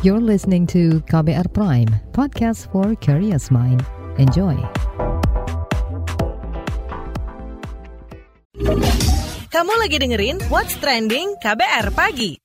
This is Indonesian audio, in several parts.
You're listening to KBR Prime, podcast for curious mind. Enjoy. Kamu lagi dengerin What's Trending KBR Pagi.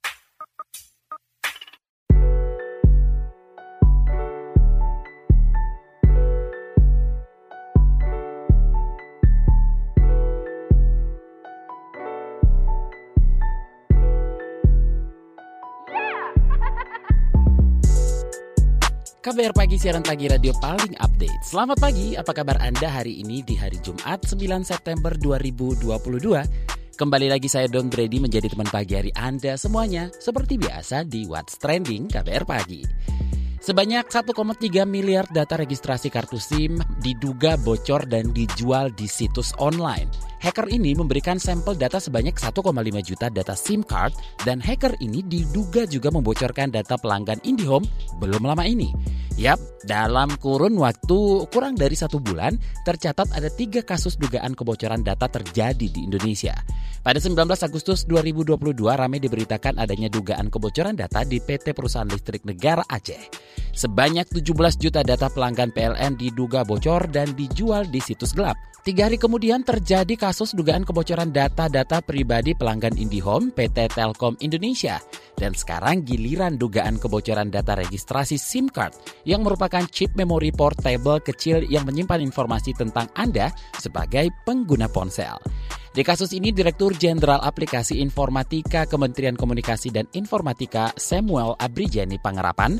KBR Pagi, siaran pagi radio paling update. Selamat pagi, apa kabar Anda hari ini di hari Jumat 9 September 2022? Kembali lagi saya Don Brady menjadi teman pagi hari Anda semuanya, seperti biasa di What's Trending KBR Pagi. Sebanyak 1,3 miliar data registrasi kartu SIM diduga bocor dan dijual di situs online. Hacker ini memberikan sampel data sebanyak 1,5 juta data SIM card dan hacker ini diduga juga membocorkan data pelanggan IndiHome belum lama ini. Yap, dalam kurun waktu kurang dari 1 bulan, tercatat ada 3 kasus dugaan kebocoran data terjadi di Indonesia. Pada 19 Agustus 2022, ramai diberitakan adanya dugaan kebocoran data di PT Perusahaan Listrik Negara Aceh. Sebanyak 17 juta data pelanggan PLN diduga bocor dan dijual di situs gelap. 3 hari kemudian terjadi kasus dugaan kebocoran data-data pribadi pelanggan IndiHome PT Telkom Indonesia. Dan sekarang giliran dugaan kebocoran data registrasi SIM card yang merupakan chip memori portable kecil yang menyimpan informasi tentang Anda sebagai pengguna ponsel. Di kasus ini, Direktur Jenderal Aplikasi Informatika Kementerian Komunikasi dan Informatika Samuel Abrijeni Pangerapan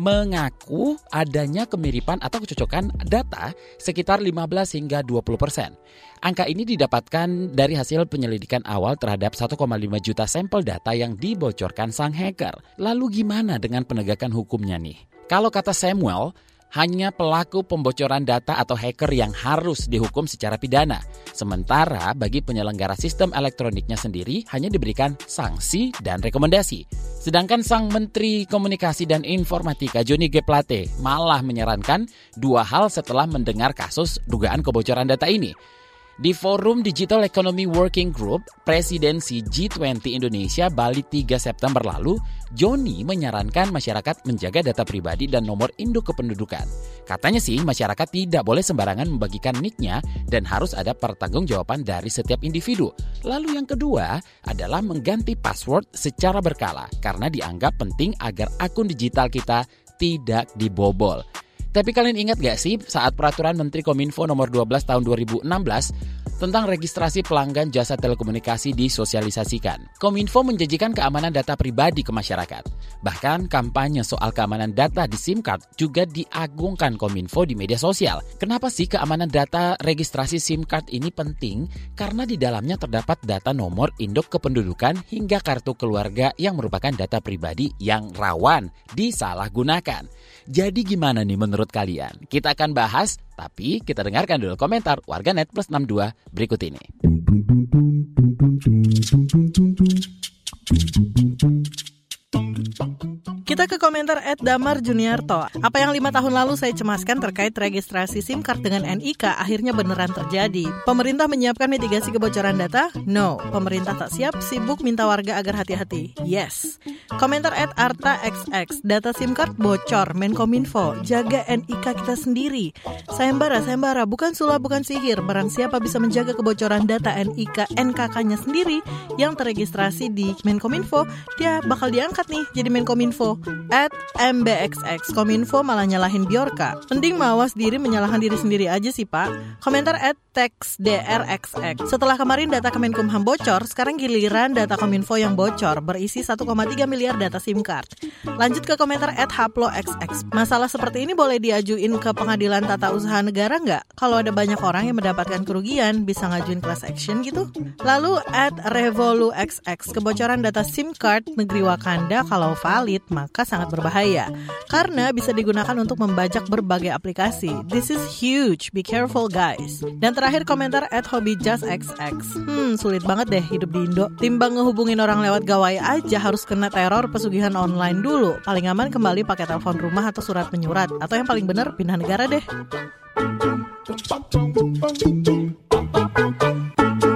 mengaku adanya kemiripan atau kecocokan data sekitar 15 hingga 20%. Angka ini didapatkan dari hasil penyelidikan awal terhadap 1,5 juta sampel data yang dibocorkan sang hacker. Lalu gimana dengan penegakan hukumnya nih? Kalau kata Samuel, hanya pelaku pembocoran data atau hacker yang harus dihukum secara pidana. Sementara bagi penyelenggara sistem elektroniknya sendiri hanya diberikan sanksi dan rekomendasi. Sedangkan sang Menteri Komunikasi dan Informatika Johnny G. Plate malah menyarankan 2 hal setelah mendengar kasus dugaan kebocoran data ini. Di Forum Digital Economy Working Group, Presidensi G20 Indonesia Bali 3 September lalu, Johnny menyarankan masyarakat menjaga data pribadi dan nomor induk kependudukan. Katanya sih, masyarakat tidak boleh sembarangan membagikan nick-nya dan harus ada pertanggungjawaban dari setiap individu. Lalu yang kedua adalah mengganti password secara berkala karena dianggap penting agar akun digital kita tidak dibobol. Tapi kalian ingat gak sih saat peraturan Menteri Kominfo nomor 12 tahun 2016 tentang registrasi pelanggan jasa telekomunikasi disosialisasikan? Kominfo menjanjikan keamanan data pribadi ke masyarakat. Bahkan kampanye soal keamanan data di SIM card juga diagungkan Kominfo di media sosial. Kenapa sih keamanan data registrasi SIM card ini penting? Karena di dalamnya terdapat data nomor induk kependudukan hingga kartu keluarga yang merupakan data pribadi yang rawan disalahgunakan. Jadi gimana nih menurut kalian? Kita akan bahas, tapi kita dengarkan dulu komentar warganet plus 62 berikut ini. Kita ke komentar @damar_juniarto. Apa yang 5 tahun lalu saya cemaskan terkait registrasi SIM card dengan NIK akhirnya beneran terjadi. Pemerintah menyiapkan mitigasi kebocoran data? No. Pemerintah tak siap, sibuk minta warga agar hati-hati? Yes. Komentar @artaxx. Data SIM card bocor, Menkominfo. Jaga NIK kita sendiri. Sayembara, bukan sulap, bukan sihir. Barang siapa bisa menjaga kebocoran data NKK-nya sendiri yang terregistrasi di Menkominfo, dia bakal diangkat nih jadi Menkominfo. @mbxx. Kominfo malah nyalahin Bjorka. Mending mawas diri menyalahkan diri sendiri aja sih Pak. Komentar @texdrxx. Setelah kemarin data Kemenkumham bocor, sekarang giliran data Kominfo yang bocor berisi 1,3 miliar data SIM card. Lanjut ke komentar @haploxx. Masalah seperti ini boleh diajuin ke pengadilan tata usaha negara nggak? Kalau ada banyak orang yang mendapatkan kerugian, bisa ngajuin class action gitu? Lalu @revoluxx. Kebocoran data SIM card negeri Wakanda kalau valid maka sangat berbahaya karena bisa digunakan untuk membajak berbagai aplikasi. This is huge, be careful guys. Dan terakhir komentar @hobbyjustxx. Sulit banget deh hidup di Indo. Timbang ngehubungin orang lewat gawai aja harus kena teror pesugihan online dulu. Paling aman kembali pakai telepon rumah atau surat menyurat. Atau yang paling benar pindah negara deh.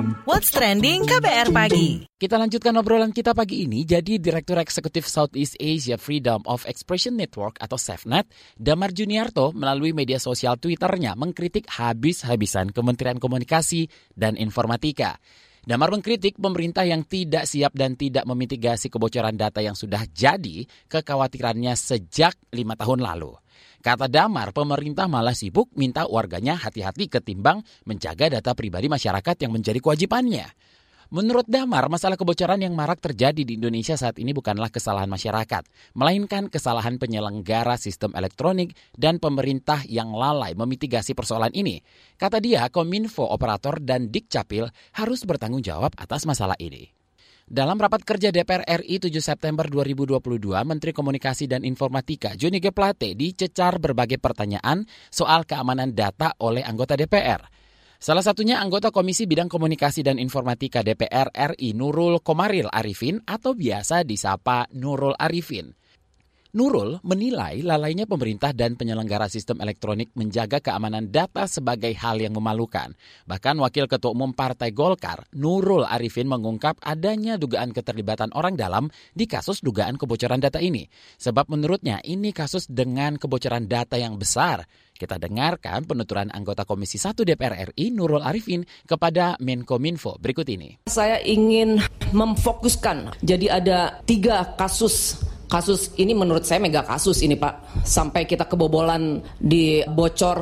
What's Trending KBR Pagi. Kita lanjutkan obrolan kita pagi ini. Jadi Direktur Eksekutif Southeast Asia Freedom of Expression Network atau SafeNet, Damar Juniarto melalui media sosial Twitternya mengkritik habis-habisan Kementerian Komunikasi dan Informatika. Damar mengkritik pemerintah yang tidak siap dan tidak memitigasi kebocoran data yang sudah jadi kekhawatirannya sejak 5 tahun lalu. Kata Damar, pemerintah malah sibuk minta warganya hati-hati ketimbang menjaga data pribadi masyarakat yang menjadi kewajibannya. Menurut Damar, masalah kebocoran yang marak terjadi di Indonesia saat ini bukanlah kesalahan masyarakat, melainkan kesalahan penyelenggara sistem elektronik dan pemerintah yang lalai memitigasi persoalan ini. Kata dia, Kominfo, operator, dan Dikcapil harus bertanggung jawab atas masalah ini. Dalam rapat kerja DPR RI 7 September 2022, Menteri Komunikasi dan Informatika Johnny G. Plate dicecar berbagai pertanyaan soal keamanan data oleh anggota DPR. Salah satunya anggota Komisi Bidang Komunikasi dan Informatika DPR RI Nurul Komaril Arifin atau biasa disapa Nurul Arifin. Nurul menilai lalainya pemerintah dan penyelenggara sistem elektronik menjaga keamanan data sebagai hal yang memalukan. Bahkan Wakil Ketua Umum Partai Golkar, Nurul Arifin mengungkap adanya dugaan keterlibatan orang dalam di kasus dugaan kebocoran data ini. Sebab menurutnya ini kasus dengan kebocoran data yang besar. Kita dengarkan penuturan anggota Komisi 1 DPR RI Nurul Arifin kepada Menkominfo berikut ini. Saya ingin memfokuskan, jadi ada 3 kasus. Kasus ini menurut saya mega kasus ini Pak. Sampai kita kebobolan di bocor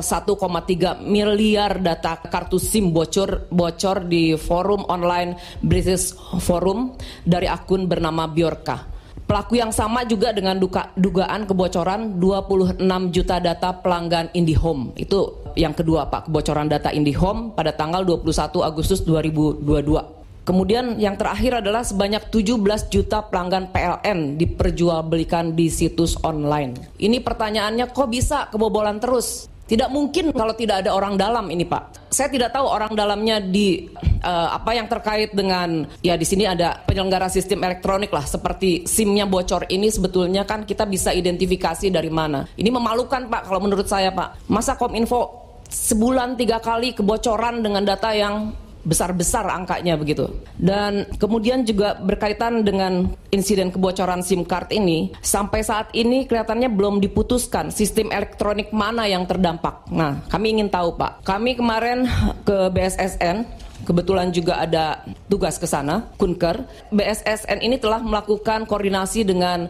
1,3 miliar data kartu SIM bocor di forum online British Forum dari akun bernama Bjorka. Pelaku yang sama juga dengan dugaan kebocoran 26 juta data pelanggan IndiHome. Itu yang kedua Pak, kebocoran data IndiHome pada tanggal 21 Agustus 2022. Kemudian yang terakhir adalah sebanyak 17 juta pelanggan PLN diperjualbelikan di situs online. Ini pertanyaannya, kok bisa kebobolan terus? Tidak mungkin kalau tidak ada orang dalam ini Pak. Saya tidak tahu orang dalamnya di apa yang terkait dengan, ya di sini ada penyelenggara sistem elektronik lah, seperti SIM-nya bocor ini sebetulnya kan kita bisa identifikasi dari mana. Ini memalukan Pak kalau menurut saya Pak. Masa Kominfo sebulan 3 kali kebocoran dengan data yang besar-besar angkanya begitu. Dan kemudian juga berkaitan dengan insiden kebocoran SIM card ini, sampai saat ini kelihatannya belum diputuskan sistem elektronik mana yang terdampak. Nah, kami ingin tahu Pak. Kami kemarin ke BSSN, kebetulan juga ada tugas ke sana, Kunker. BSSN ini telah melakukan koordinasi dengan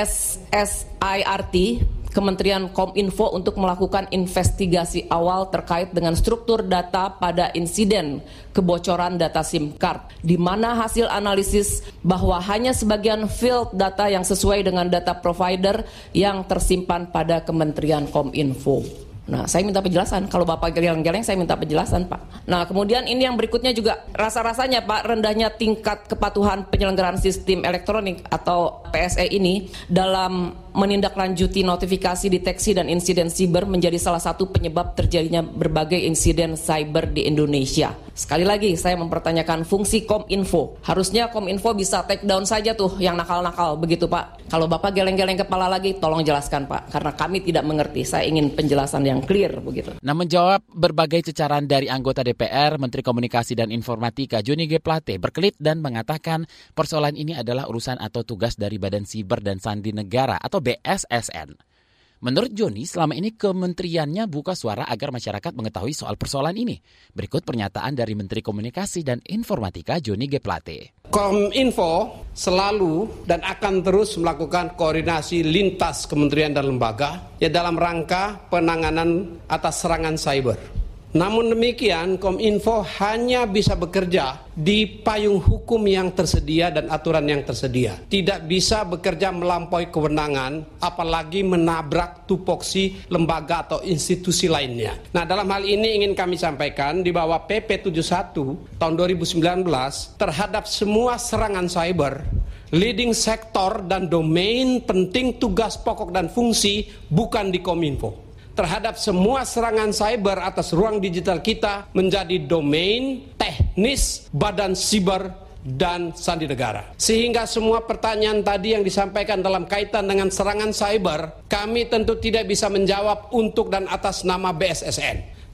SSIRT, Kementerian Kominfo untuk melakukan investigasi awal terkait dengan struktur data pada insiden kebocoran data SIM card, di mana hasil analisis bahwa hanya sebagian field data yang sesuai dengan data provider yang tersimpan pada Kementerian Kominfo. Nah, saya minta penjelasan. Kalau Bapak geleng-geleng, saya minta penjelasan, Pak. Nah, kemudian ini yang berikutnya juga rasa-rasanya, Pak, rendahnya tingkat kepatuhan penyelenggaraan sistem elektronik atau PSE ini dalam menindaklanjuti notifikasi deteksi dan insiden siber menjadi salah satu penyebab terjadinya berbagai insiden cyber di Indonesia. Sekali lagi, saya mempertanyakan fungsi Kominfo. Harusnya Kominfo bisa take down saja tuh yang nakal-nakal, begitu Pak. Kalau Bapak geleng-geleng kepala lagi, tolong jelaskan Pak, karena kami tidak mengerti. Saya ingin penjelasan yang clear begitu. Nah, menjawab berbagai cecaran dari anggota DPR, Menteri Komunikasi dan Informatika Johnny G. Plate berkelit dan mengatakan persoalan ini adalah urusan atau tugas dari Badan Siber dan Sandi Negara atau BSSN. Menurut Johnny, selama ini kementeriannya buka suara agar masyarakat mengetahui soal persoalan ini. Berikut pernyataan dari Menteri Komunikasi dan Informatika Johnny G. Plate. Kominfo selalu dan akan terus melakukan koordinasi lintas kementerian dan lembaga ya dalam rangka penanganan atas serangan cyber. Namun demikian, Kominfo hanya bisa bekerja di payung hukum yang tersedia dan aturan yang tersedia. Tidak bisa bekerja melampaui kewenangan, apalagi menabrak tupoksi lembaga atau institusi lainnya. Nah, dalam hal ini ingin kami sampaikan di bawah PP 71 tahun 2019 terhadap semua serangan cyber, leading sektor dan domain penting tugas pokok dan fungsi bukan di Kominfo. Terhadap semua serangan cyber atas ruang digital kita menjadi domain teknis Badan Siber dan Sandi Negara. Sehingga semua pertanyaan tadi yang disampaikan dalam kaitan dengan serangan cyber, kami tentu tidak bisa menjawab untuk dan atas nama BSSN.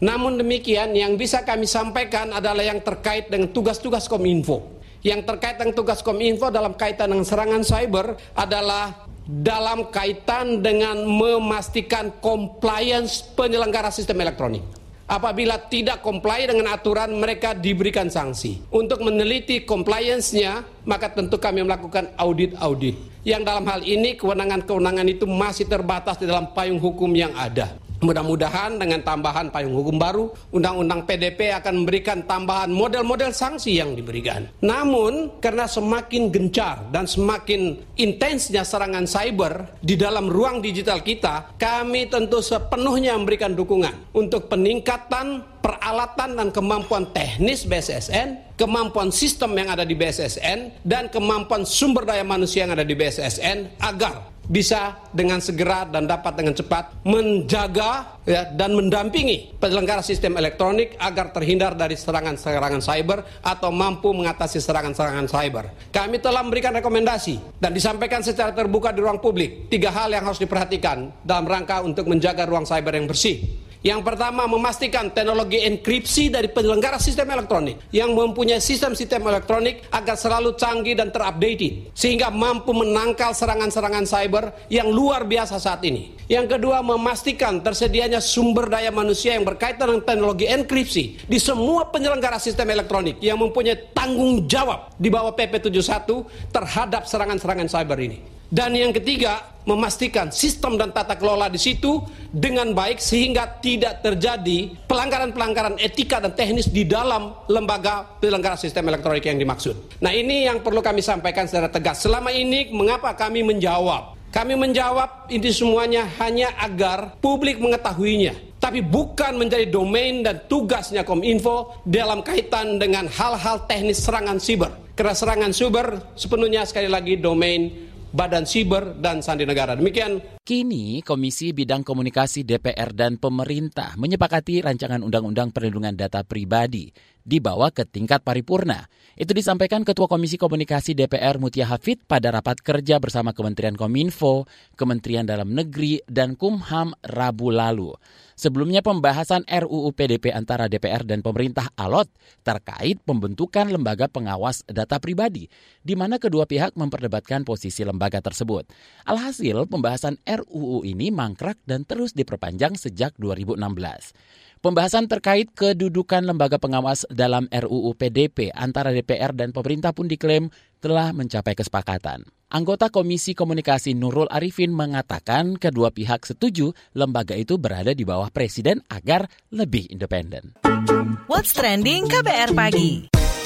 Namun demikian, yang bisa kami sampaikan adalah yang terkait dengan tugas-tugas Kominfo. Yang terkait dengan tugas Kominfo dalam kaitan dengan serangan cyber adalah dalam kaitan dengan memastikan compliance penyelenggara sistem elektronik. Apabila tidak comply dengan aturan, mereka diberikan sanksi. Untuk meneliti compliance-nya, maka tentu kami melakukan audit-audit. Yang dalam hal ini, kewenangan-kewenangan itu masih terbatas di dalam payung hukum yang ada. Mudah-mudahan dengan tambahan payung hukum baru, Undang-Undang PDP akan memberikan tambahan model-model sanksi yang diberikan. Namun, karena semakin gencar dan semakin intensnya serangan cyber di dalam ruang digital kita, kami tentu sepenuhnya memberikan dukungan untuk peningkatan peralatan dan kemampuan teknis BSSN, kemampuan sistem yang ada di BSSN, dan kemampuan sumber daya manusia yang ada di BSSN agar bisa dengan segera dan dapat dengan cepat menjaga dan mendampingi penyelenggara sistem elektronik agar terhindar dari serangan-serangan cyber atau mampu mengatasi serangan-serangan cyber. Kami telah memberikan rekomendasi dan disampaikan secara terbuka di ruang publik 3 hal yang harus diperhatikan dalam rangka untuk menjaga ruang cyber yang bersih. Yang pertama, memastikan teknologi enkripsi dari penyelenggara sistem elektronik yang mempunyai sistem-sistem elektronik agar selalu canggih dan terupdated sehingga mampu menangkal serangan-serangan cyber yang luar biasa saat ini. Yang kedua, memastikan tersedianya sumber daya manusia yang berkaitan dengan teknologi enkripsi di semua penyelenggara sistem elektronik yang mempunyai tanggung jawab di bawah PP 71 terhadap serangan-serangan cyber ini. Dan yang ketiga, memastikan sistem dan tata kelola di situ dengan baik sehingga tidak terjadi pelanggaran-pelanggaran etika dan teknis di dalam lembaga penyelenggara sistem elektronik yang dimaksud. Nah, ini yang perlu kami sampaikan secara tegas. Selama ini mengapa kami menjawab? Kami menjawab ini semuanya hanya agar publik mengetahuinya, tapi bukan menjadi domain dan tugasnya Kominfo dalam kaitan dengan hal-hal teknis serangan siber. Karena serangan siber sepenuhnya sekali lagi domain Badan Siber dan Sandi Negara. Demikian. Kini Komisi Bidang Komunikasi DPR dan Pemerintah menyepakati rancangan Undang-Undang Perlindungan Data Pribadi dibawa ke tingkat paripurna. Itu disampaikan Ketua Komisi Komunikasi DPR Mutia Hafid pada rapat kerja bersama Kementerian Kominfo, Kementerian Dalam Negeri, dan Kumham Rabu lalu. Sebelumnya pembahasan RUU PDP antara DPR dan pemerintah alot terkait pembentukan lembaga pengawas data pribadi, di mana kedua pihak memperdebatkan posisi lembaga tersebut. Alhasil, pembahasan RUU ini mangkrak dan terus diperpanjang sejak 2016. Pembahasan terkait kedudukan lembaga pengawas dalam RUU PDP antara DPR dan pemerintah pun diklaim telah mencapai kesepakatan. Anggota Komisi Komunikasi Nurul Arifin mengatakan kedua pihak setuju lembaga itu berada di bawah Presiden agar lebih independen. What's Trending KBR Pagi.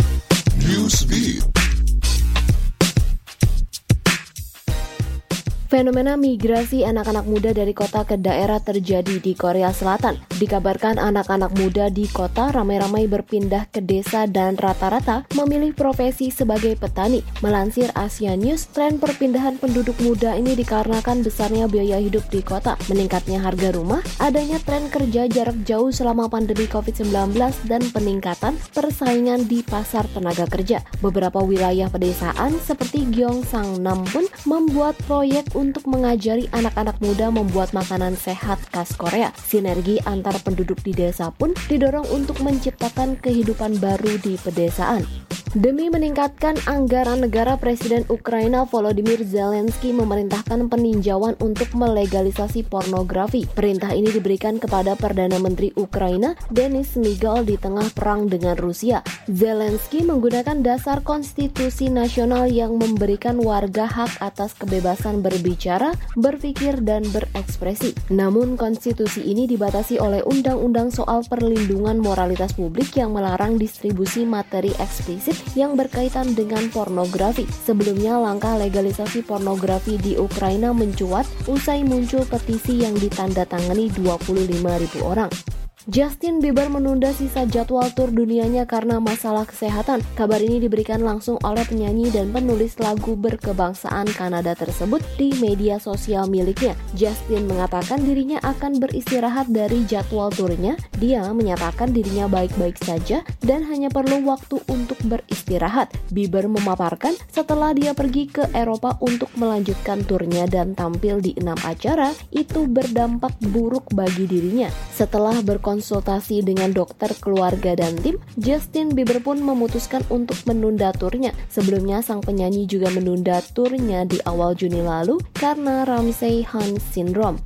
Newsbeat. Fenomena migrasi anak-anak muda dari kota ke daerah terjadi di Korea Selatan. Dikabarkan anak-anak muda di kota ramai-ramai berpindah ke desa dan rata-rata memilih profesi sebagai petani. Melansir Asia News, tren perpindahan penduduk muda ini dikarenakan besarnya biaya hidup di kota, meningkatnya harga rumah, adanya tren kerja jarak jauh selama pandemi COVID-19, dan peningkatan persaingan di pasar tenaga kerja. Beberapa wilayah pedesaan seperti Gyeongsangnam pun membuat proyek untuk mengajari anak-anak muda membuat makanan sehat khas Korea. Sinergi antar penduduk di desa pun didorong untuk menciptakan kehidupan baru di pedesaan. Demi meningkatkan anggaran negara, Presiden Ukraina Volodymyr Zelensky memerintahkan peninjauan untuk melegalisasi pornografi. Perintah ini diberikan kepada Perdana Menteri Ukraina Denis Shmyhal di tengah perang dengan Rusia. Zelensky menggunakan dasar konstitusi nasional yang memberikan warga hak atas kebebasan berbicara, berpikir, dan berekspresi. Namun konstitusi ini dibatasi oleh undang-undang soal perlindungan moralitas publik yang melarang distribusi materi eksplisit yang berkaitan dengan pornografi. Sebelumnya, langkah legalisasi pornografi di Ukraina mencuat usai muncul petisi yang ditandatangani 25.000 orang. Justin Bieber menunda sisa jadwal tur dunianya karena masalah kesehatan. Kabar ini diberikan langsung oleh penyanyi dan penulis lagu berkebangsaan Kanada tersebut di media sosial miliknya. Justin mengatakan dirinya akan beristirahat dari jadwal turnya. Dia menyatakan dirinya baik-baik saja dan hanya perlu waktu untuk beristirahat. Bieber memaparkan setelah dia pergi ke Eropa untuk melanjutkan turnya dan tampil di 6 acara, itu berdampak buruk bagi dirinya. Setelah berkonsultasi konsultasi dengan dokter keluarga dan tim, Justin Bieber pun memutuskan untuk menunda turnya. Sebelumnya, sang penyanyi juga menunda turnya di awal Juni lalu karena Ramsay-Hunt syndrome.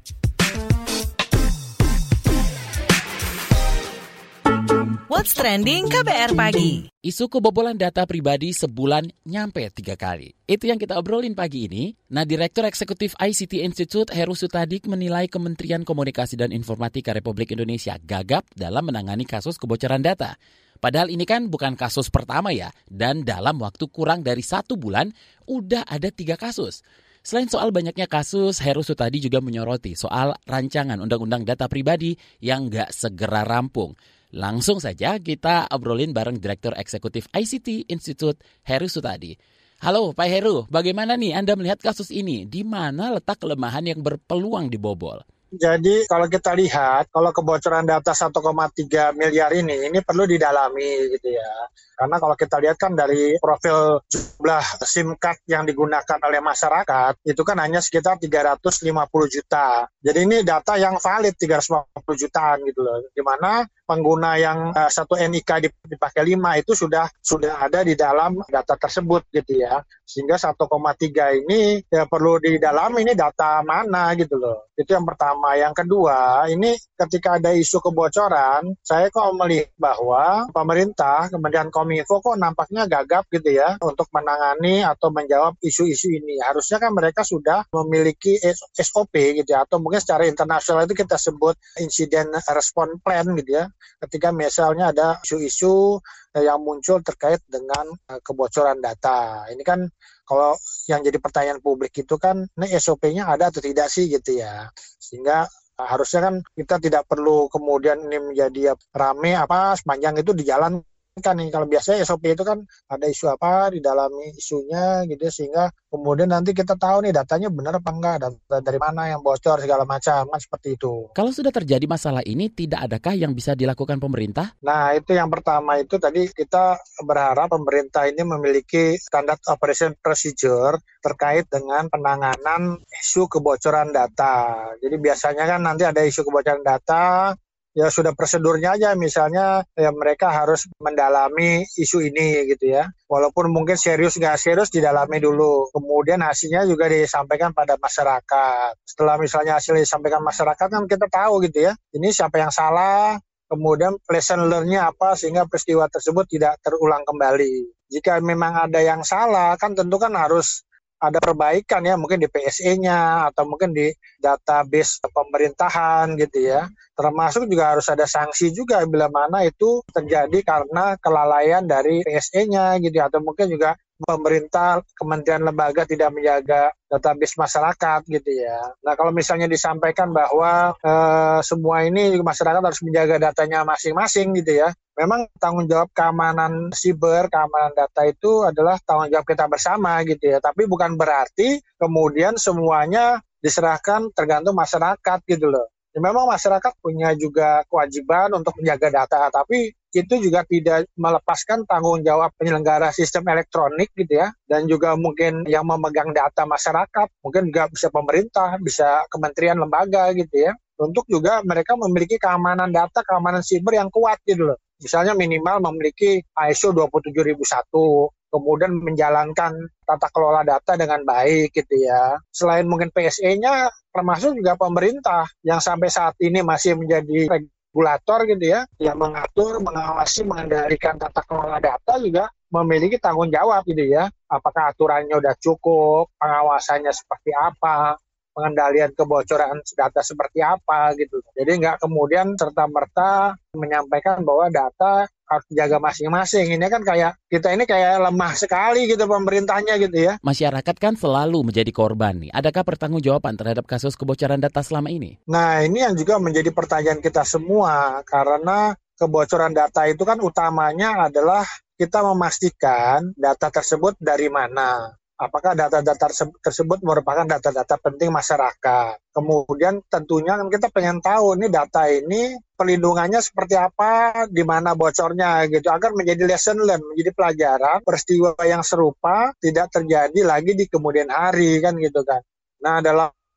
What's Trending KBR Pagi. Isu kebobolan data pribadi sebulan nyampe 3 kali. Itu yang kita obrolin pagi ini. Nah, Direktur Eksekutif ICT Institute Heru Sutadik menilai Kementerian Komunikasi dan Informatika Republik Indonesia gagap dalam menangani kasus kebocoran data. Padahal ini kan bukan kasus pertama ya, dan dalam waktu kurang dari 1 bulan udah ada 3 kasus. Selain soal banyaknya kasus, Heru Sutadi juga menyoroti soal rancangan Undang-Undang Data Pribadi yang nggak segera rampung. Langsung saja kita obrolin bareng Direktur Eksekutif ICT Institute Heru Sutadi. Halo Pak Heru, bagaimana nih Anda melihat kasus ini? Di mana letak kelemahan yang berpeluang dibobol? Jadi kalau kita lihat, kalau kebocoran data 1,3 miliar ini perlu didalami gitu ya. Karena kalau kita lihat kan dari profil jumlah SIM card yang digunakan oleh masyarakat, itu kan hanya sekitar 350 juta. Jadi ini data yang valid 350 jutaan gitu loh. Di mana pengguna yang satu NIK dipakai 5 itu sudah ada di dalam data tersebut gitu ya. Sehingga 1,3 ini ya perlu didalami ini data mana gitu loh. Itu yang pertama. Yang kedua, ini ketika ada isu kebocoran, saya kok melihat bahwa pemerintah, Kementerian Kominfo kok nampaknya gagap gitu ya untuk menangani atau menjawab isu-isu ini. Harusnya kan mereka sudah memiliki SOP gitu ya, atau mungkin secara internasional itu kita sebut Incident Response Plan gitu ya. Ketika misalnya ada isu-isu yang muncul terkait dengan kebocoran data. Ini kan kalau yang jadi pertanyaan publik itu kan, ini SOP-nya ada atau tidak sih gitu ya. Sehingga harusnya kan kita tidak perlu kemudian ini menjadi rame sepanjang itu dijalankan nih. Kalau biasanya SOP itu kan ada isu apa di dalam isunya gitu ya, sehingga kemudian nanti kita tahu nih datanya benar apa enggak, data dari mana yang bocor segala macam, kan seperti itu. Kalau sudah terjadi masalah ini, tidak adakah yang bisa dilakukan pemerintah? Nah, itu yang pertama itu tadi kita berharap pemerintah ini memiliki standard operation procedure terkait dengan penanganan isu kebocoran data. Jadi biasanya kan nanti ada isu kebocoran data, ya sudah prosedurnya aja, misalnya ya mereka harus mendalami isu ini gitu ya. Walaupun mungkin serius nggak serius didalami dulu. Kemudian hasilnya juga disampaikan pada masyarakat. Setelah misalnya hasilnya disampaikan masyarakat kan kita tahu gitu ya. Ini siapa yang salah, kemudian lesson learn-nya apa sehingga peristiwa tersebut tidak terulang kembali. Jika memang ada yang salah kan tentu kan harus ada perbaikan ya, mungkin di PSE-nya atau mungkin di database pemerintahan gitu ya. Termasuk juga harus ada sanksi juga bila mana itu terjadi karena kelalaian dari PSE-nya gitu, atau mungkin juga pemerintah, kementerian lembaga tidak menjaga database masyarakat gitu ya. Nah kalau misalnya disampaikan bahwa semua ini masyarakat harus menjaga datanya masing-masing gitu ya. Memang tanggung jawab keamanan siber, keamanan data itu adalah tanggung jawab kita bersama gitu ya. Tapi bukan berarti kemudian semuanya diserahkan tergantung masyarakat gitu loh. Ya, memang masyarakat punya juga kewajiban untuk menjaga data, tapi itu juga tidak melepaskan tanggung jawab penyelenggara sistem elektronik gitu ya, dan juga mungkin yang memegang data masyarakat, mungkin juga bisa pemerintah, bisa kementerian lembaga gitu ya, untuk juga mereka memiliki keamanan data, keamanan siber yang kuat gitu loh. Misalnya minimal memiliki ISO 27001, kemudian menjalankan tata kelola data dengan baik gitu ya. Selain mungkin PSE-nya, termasuk juga pemerintah yang sampai saat ini masih menjadi regulator gitu ya, yang mengatur, mengawasi, mengendalikan tata kelola data juga memiliki tanggung jawab gitu ya. Apakah aturannya udah cukup, pengawasannya seperti apa, pengendalian kebocoran data seperti apa gitu. Jadi nggak kemudian serta-merta menyampaikan bahwa data harus dijaga masing-masing. Ini kan kayak kita ini kayak lemah sekali gitu pemerintahnya gitu ya. Masyarakat kan selalu menjadi korban nih. Adakah pertanggungjawaban terhadap kasus kebocoran data selama ini? Nah ini yang juga menjadi pertanyaan kita semua, karena kebocoran data itu kan utamanya adalah kita memastikan data tersebut dari mana. Apakah data-data tersebut merupakan data-data penting masyarakat. Kemudian tentunya kan kita pengen tahu nih data ini perlindungannya seperti apa, di mana bocornya gitu, agar menjadi lesson learn, menjadi pelajaran, peristiwa yang serupa tidak terjadi lagi di kemudian hari kan gitu kan. Nah dalam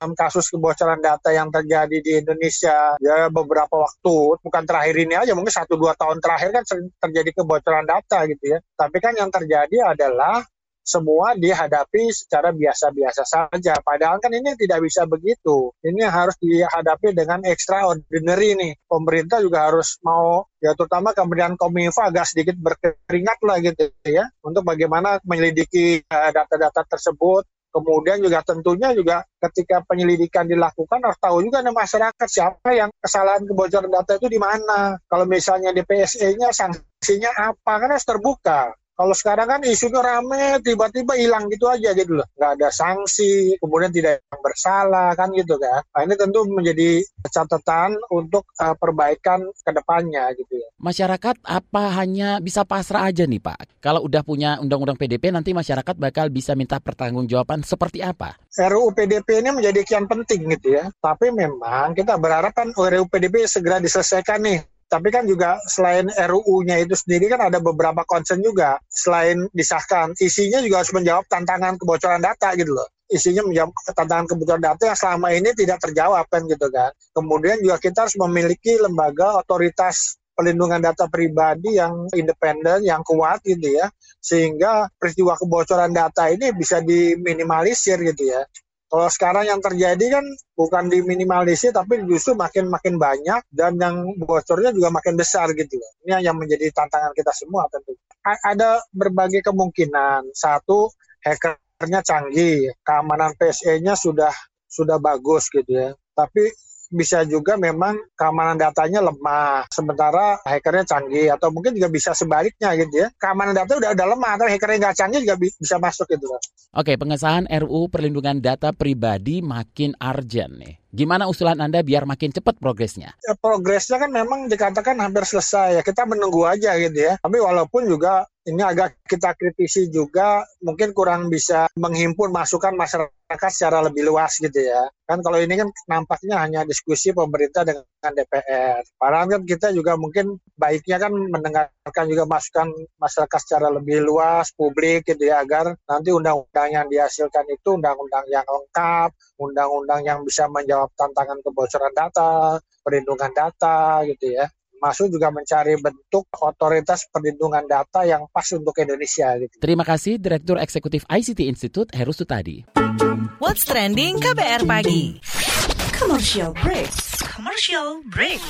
kasus kebocoran data yang terjadi di Indonesia ya beberapa waktu, bukan terakhir ini aja, mungkin 1-2 tahun terakhir kan sering terjadi kebocoran data gitu ya. Tapi kan yang terjadi adalah semua dihadapi secara biasa-biasa saja. Padahal kan ini tidak bisa begitu. Ini harus dihadapi dengan extraordinary nih. Pemerintah juga harus mau, ya terutama Kementerian Kominfo agak sedikit berkeringat lah gitu ya, untuk bagaimana menyelidiki data-data tersebut. Kemudian juga tentunya juga ketika penyelidikan dilakukan harus tahu juga masyarakat siapa yang kesalahan kebocoran data itu di mana. Kalau misalnya di PSE-nya sanksinya apa, kan harus terbuka. Kalau sekarang kan isunya rame, tiba-tiba hilang gitu aja gitu loh. Nggak ada sanksi, kemudian tidak yang bersalah kan gitu kan. Nah ini tentu menjadi catatan untuk perbaikan ke depannya gitu ya. Masyarakat apa hanya bisa pasrah aja nih Pak? Kalau udah punya undang-undang PDP nanti masyarakat bakal bisa minta pertanggungjawaban seperti apa? RUU PDP ini menjadi kian penting gitu ya. Tapi memang kita berharap kan RUU PDP segera diselesaikan nih. Tapi kan juga selain RUU-nya itu sendiri kan ada beberapa concern juga. Selain disahkan, isinya juga harus menjawab tantangan kebocoran data gitu loh. Isinya menjawab tantangan kebocoran data yang selama ini tidak terjawab kan gitu kan. Kemudian juga kita harus memiliki lembaga otoritas pelindungan data pribadi yang independen, yang kuat gitu ya. Sehingga peristiwa kebocoran data ini bisa diminimalisir gitu ya. Kalau sekarang yang terjadi kan bukan diminimalisir tapi justru makin banyak dan yang bocornya juga makin besar gitu loh. Ini yang menjadi tantangan kita semua tentu. Ada berbagai kemungkinan. Satu, hackernya canggih, keamanan PSE-nya sudah bagus gitu ya. Tapi bisa juga memang keamanan datanya lemah, sementara hackernya canggih, atau mungkin juga bisa sebaliknya gitu ya. Keamanan data udah lemah, tapi hackernya nggak canggih juga bisa masuk gitu. Oke, pengesahan RUU Perlindungan Data Pribadi makin urgent nih. Gimana usulan Anda biar makin cepat progresnya? Ya, progresnya kan memang dikatakan hampir selesai ya. Kita menunggu aja gitu ya. Tapi walaupun juga ini agak kita kritisi juga, mungkin kurang bisa menghimpun masukan masyarakat secara lebih luas gitu ya. Kan kalau ini kan nampaknya hanya diskusi pemerintah dengan DPR. Padahal kan kita juga mungkin baiknya kan mendengarkan juga masukan masyarakat secara lebih luas, publik gitu ya, agar nanti undang-undang yang dihasilkan itu undang-undang yang lengkap, undang-undang yang bisa menjawab tantangan kebocoran data, perlindungan data gitu ya. Masuk juga mencari bentuk otoritas perlindungan data yang pas untuk Indonesia gitu. Terima kasih Direktur Eksekutif ICT Institute Heru Sutadi. What's trending KBR pagi? Commercial break. Commercial break.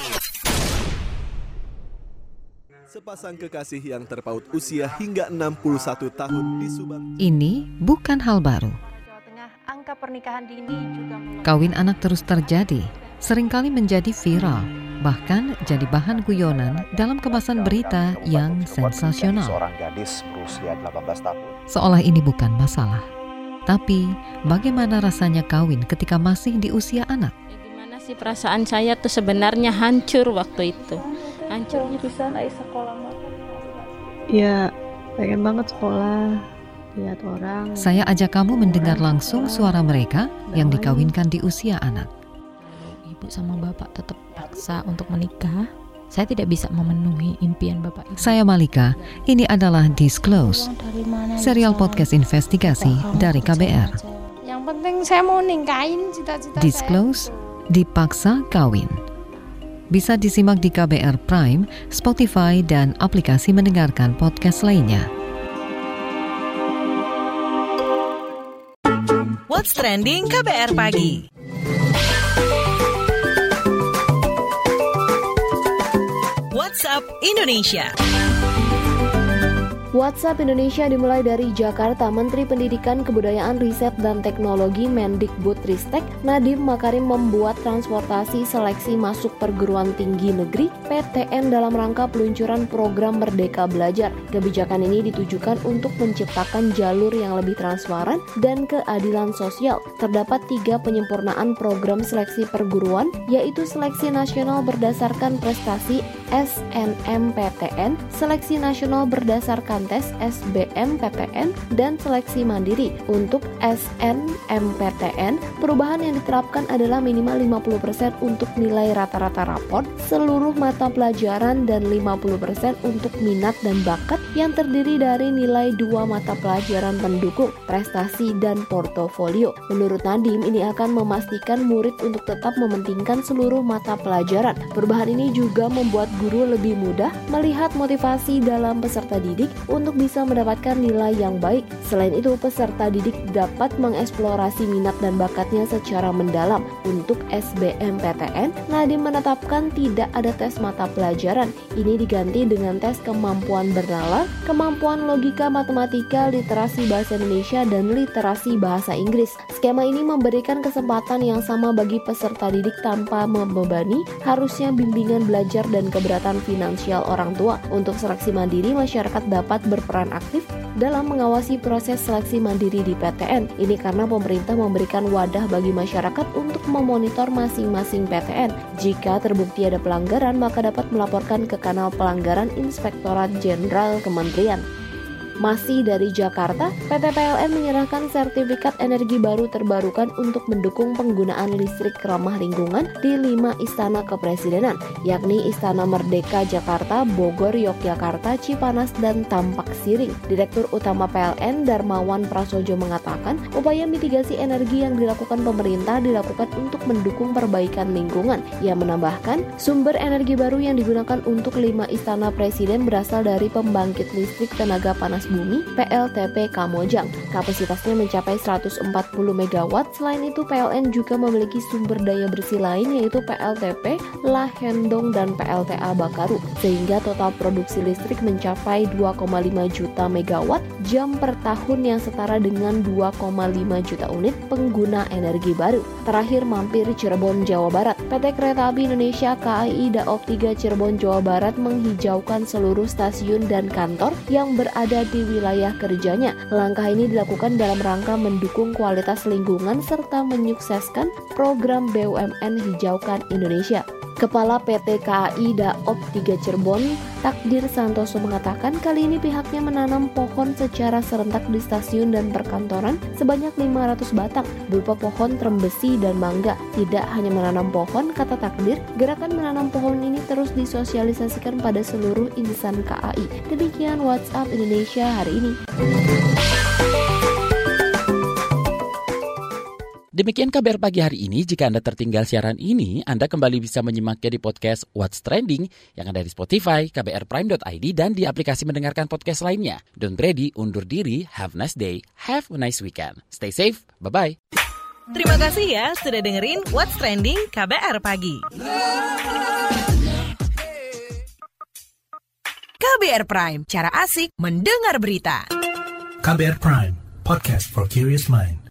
Sepasang kekasih yang terpaut usia hingga 61 tahun di Subang. Ini bukan hal baru. Angka pernikahan dini juga Kawin anak terus terjadi, seringkali menjadi viral, bahkan jadi bahan guyonan dalam kemasan berita yang sensasional. Seorang gadis berusia 18 tahun. Seolah ini bukan masalah. Tapi, bagaimana rasanya kawin ketika masih di usia anak? Gimana sih perasaan saya tuh sebenarnya hancur waktu itu. Hancurnya bisa naik sekolah makan. Ya, pengen banget sekolah. Lihat orang. Saya ajak kamu mendengar langsung suara mereka yang dikawinkan di usia anak. Ibu sama bapak tetap paksa untuk menikah. Saya tidak bisa memenuhi impian bapak ibu. Saya Malika, ini adalah Disclose, serial podcast investigasi dari KBR. Yang penting saya mau nikahin cita-cita Disclose, dipaksa kawin. Bisa disimak di KBR Prime, Spotify, dan aplikasi mendengarkan podcast lainnya. What's trending KBR pagi? WhatsApp Indonesia. WhatsApp Indonesia dimulai dari Jakarta. Menteri Pendidikan, Kebudayaan, Riset, dan Teknologi Mendikbudristek Nadiem Makarim membuat transportasi seleksi masuk perguruan tinggi negeri PTN dalam rangka peluncuran program Merdeka Belajar. Kebijakan ini ditujukan untuk menciptakan jalur yang lebih transparan dan keadilan sosial. Terdapat 3 penyempurnaan program seleksi perguruan, yaitu seleksi nasional berdasarkan prestasi SNMPTN, seleksi nasional berdasarkan melakukan tes SBMPTN dan seleksi mandiri. Untuk SNMPTN, perubahan yang diterapkan adalah minimal 50% untuk nilai rata-rata raport seluruh mata pelajaran dan 50% untuk minat dan bakat yang terdiri dari nilai 2 mata pelajaran pendukung, prestasi, dan portofolio. Menurut Nadiem, ini akan memastikan murid untuk tetap mementingkan seluruh mata pelajaran. Perubahan ini juga membuat guru lebih mudah melihat motivasi dalam peserta didik untuk bisa mendapatkan nilai yang baik. Selain itu, peserta didik dapat mengeksplorasi minat dan bakatnya secara mendalam. Untuk SBMPTN, Nadiem menetapkan tidak ada tes mata pelajaran. Ini diganti dengan tes kemampuan bernalar, kemampuan logika matematika, literasi bahasa Indonesia, dan literasi bahasa Inggris. Skema ini memberikan kesempatan yang sama bagi peserta didik tanpa membebani harusnya bimbingan belajar dan keberatan finansial orang tua. Untuk seleksi mandiri, masyarakat dapat berperan aktif dalam mengawasi proses seleksi mandiri di PTN. Ini karena pemerintah memberikan wadah bagi masyarakat untuk memonitor masing-masing PTN. Jika terbukti ada pelanggaran, maka dapat melaporkan ke kanal pelanggaran Inspektorat Jenderal Kementerian. Masih dari Jakarta, PT PLN menyerahkan sertifikat energi baru terbarukan untuk mendukung penggunaan listrik ramah lingkungan di 5 istana kepresidenan, yakni Istana Merdeka Jakarta, Bogor, Yogyakarta, Cipanas, dan Tampak Siring. Direktur Utama PLN Darmawan Prasojo mengatakan, upaya mitigasi energi yang dilakukan pemerintah dilakukan untuk mendukung perbaikan lingkungan. Ia menambahkan, sumber energi baru yang digunakan untuk 5 istana presiden berasal dari pembangkit listrik tenaga panas bumi PLTP Kamojang. Kapasitasnya mencapai 140 MW. Selain itu, PLN juga memiliki sumber daya bersih lain yaitu PLTP Lahendong dan PLTA Bakaru, sehingga total produksi listrik mencapai 2,5 juta MW jam per tahun yang setara dengan 2,5 juta unit pengguna energi baru. Terakhir mampir Cirebon, Jawa Barat. PT Kereta Api Indonesia KAI Daop 3 Cirebon, Jawa Barat menghijaukan seluruh stasiun dan kantor yang berada di wilayah kerjanya. Langkah ini dilakukan dalam rangka mendukung kualitas lingkungan serta menyukseskan program BUMN Hijaukan Indonesia. Kepala PT KAI Daop 3 Cirebon, Takdir Santoso mengatakan kali ini pihaknya menanam pohon secara serentak di stasiun dan perkantoran sebanyak 500 batang berupa pohon trembesi dan mangga. Tidak hanya menanam pohon, kata Takdir, gerakan menanam pohon ini terus disosialisasikan pada seluruh insan KAI. Demikian WhatsApp Indonesia hari ini. Demikian KBR Pagi hari ini. Jika Anda tertinggal siaran ini, Anda kembali bisa menyimaknya di podcast What's Trending yang ada di Spotify, kbrprime.id, dan di aplikasi mendengarkan podcast lainnya. Don't ready, undur diri, have a nice day, have a nice weekend. Stay safe, bye-bye. Terima kasih ya sudah dengerin What's Trending KBR Pagi. KBR Prime, cara asik mendengar berita. KBR Prime, podcast for curious mind.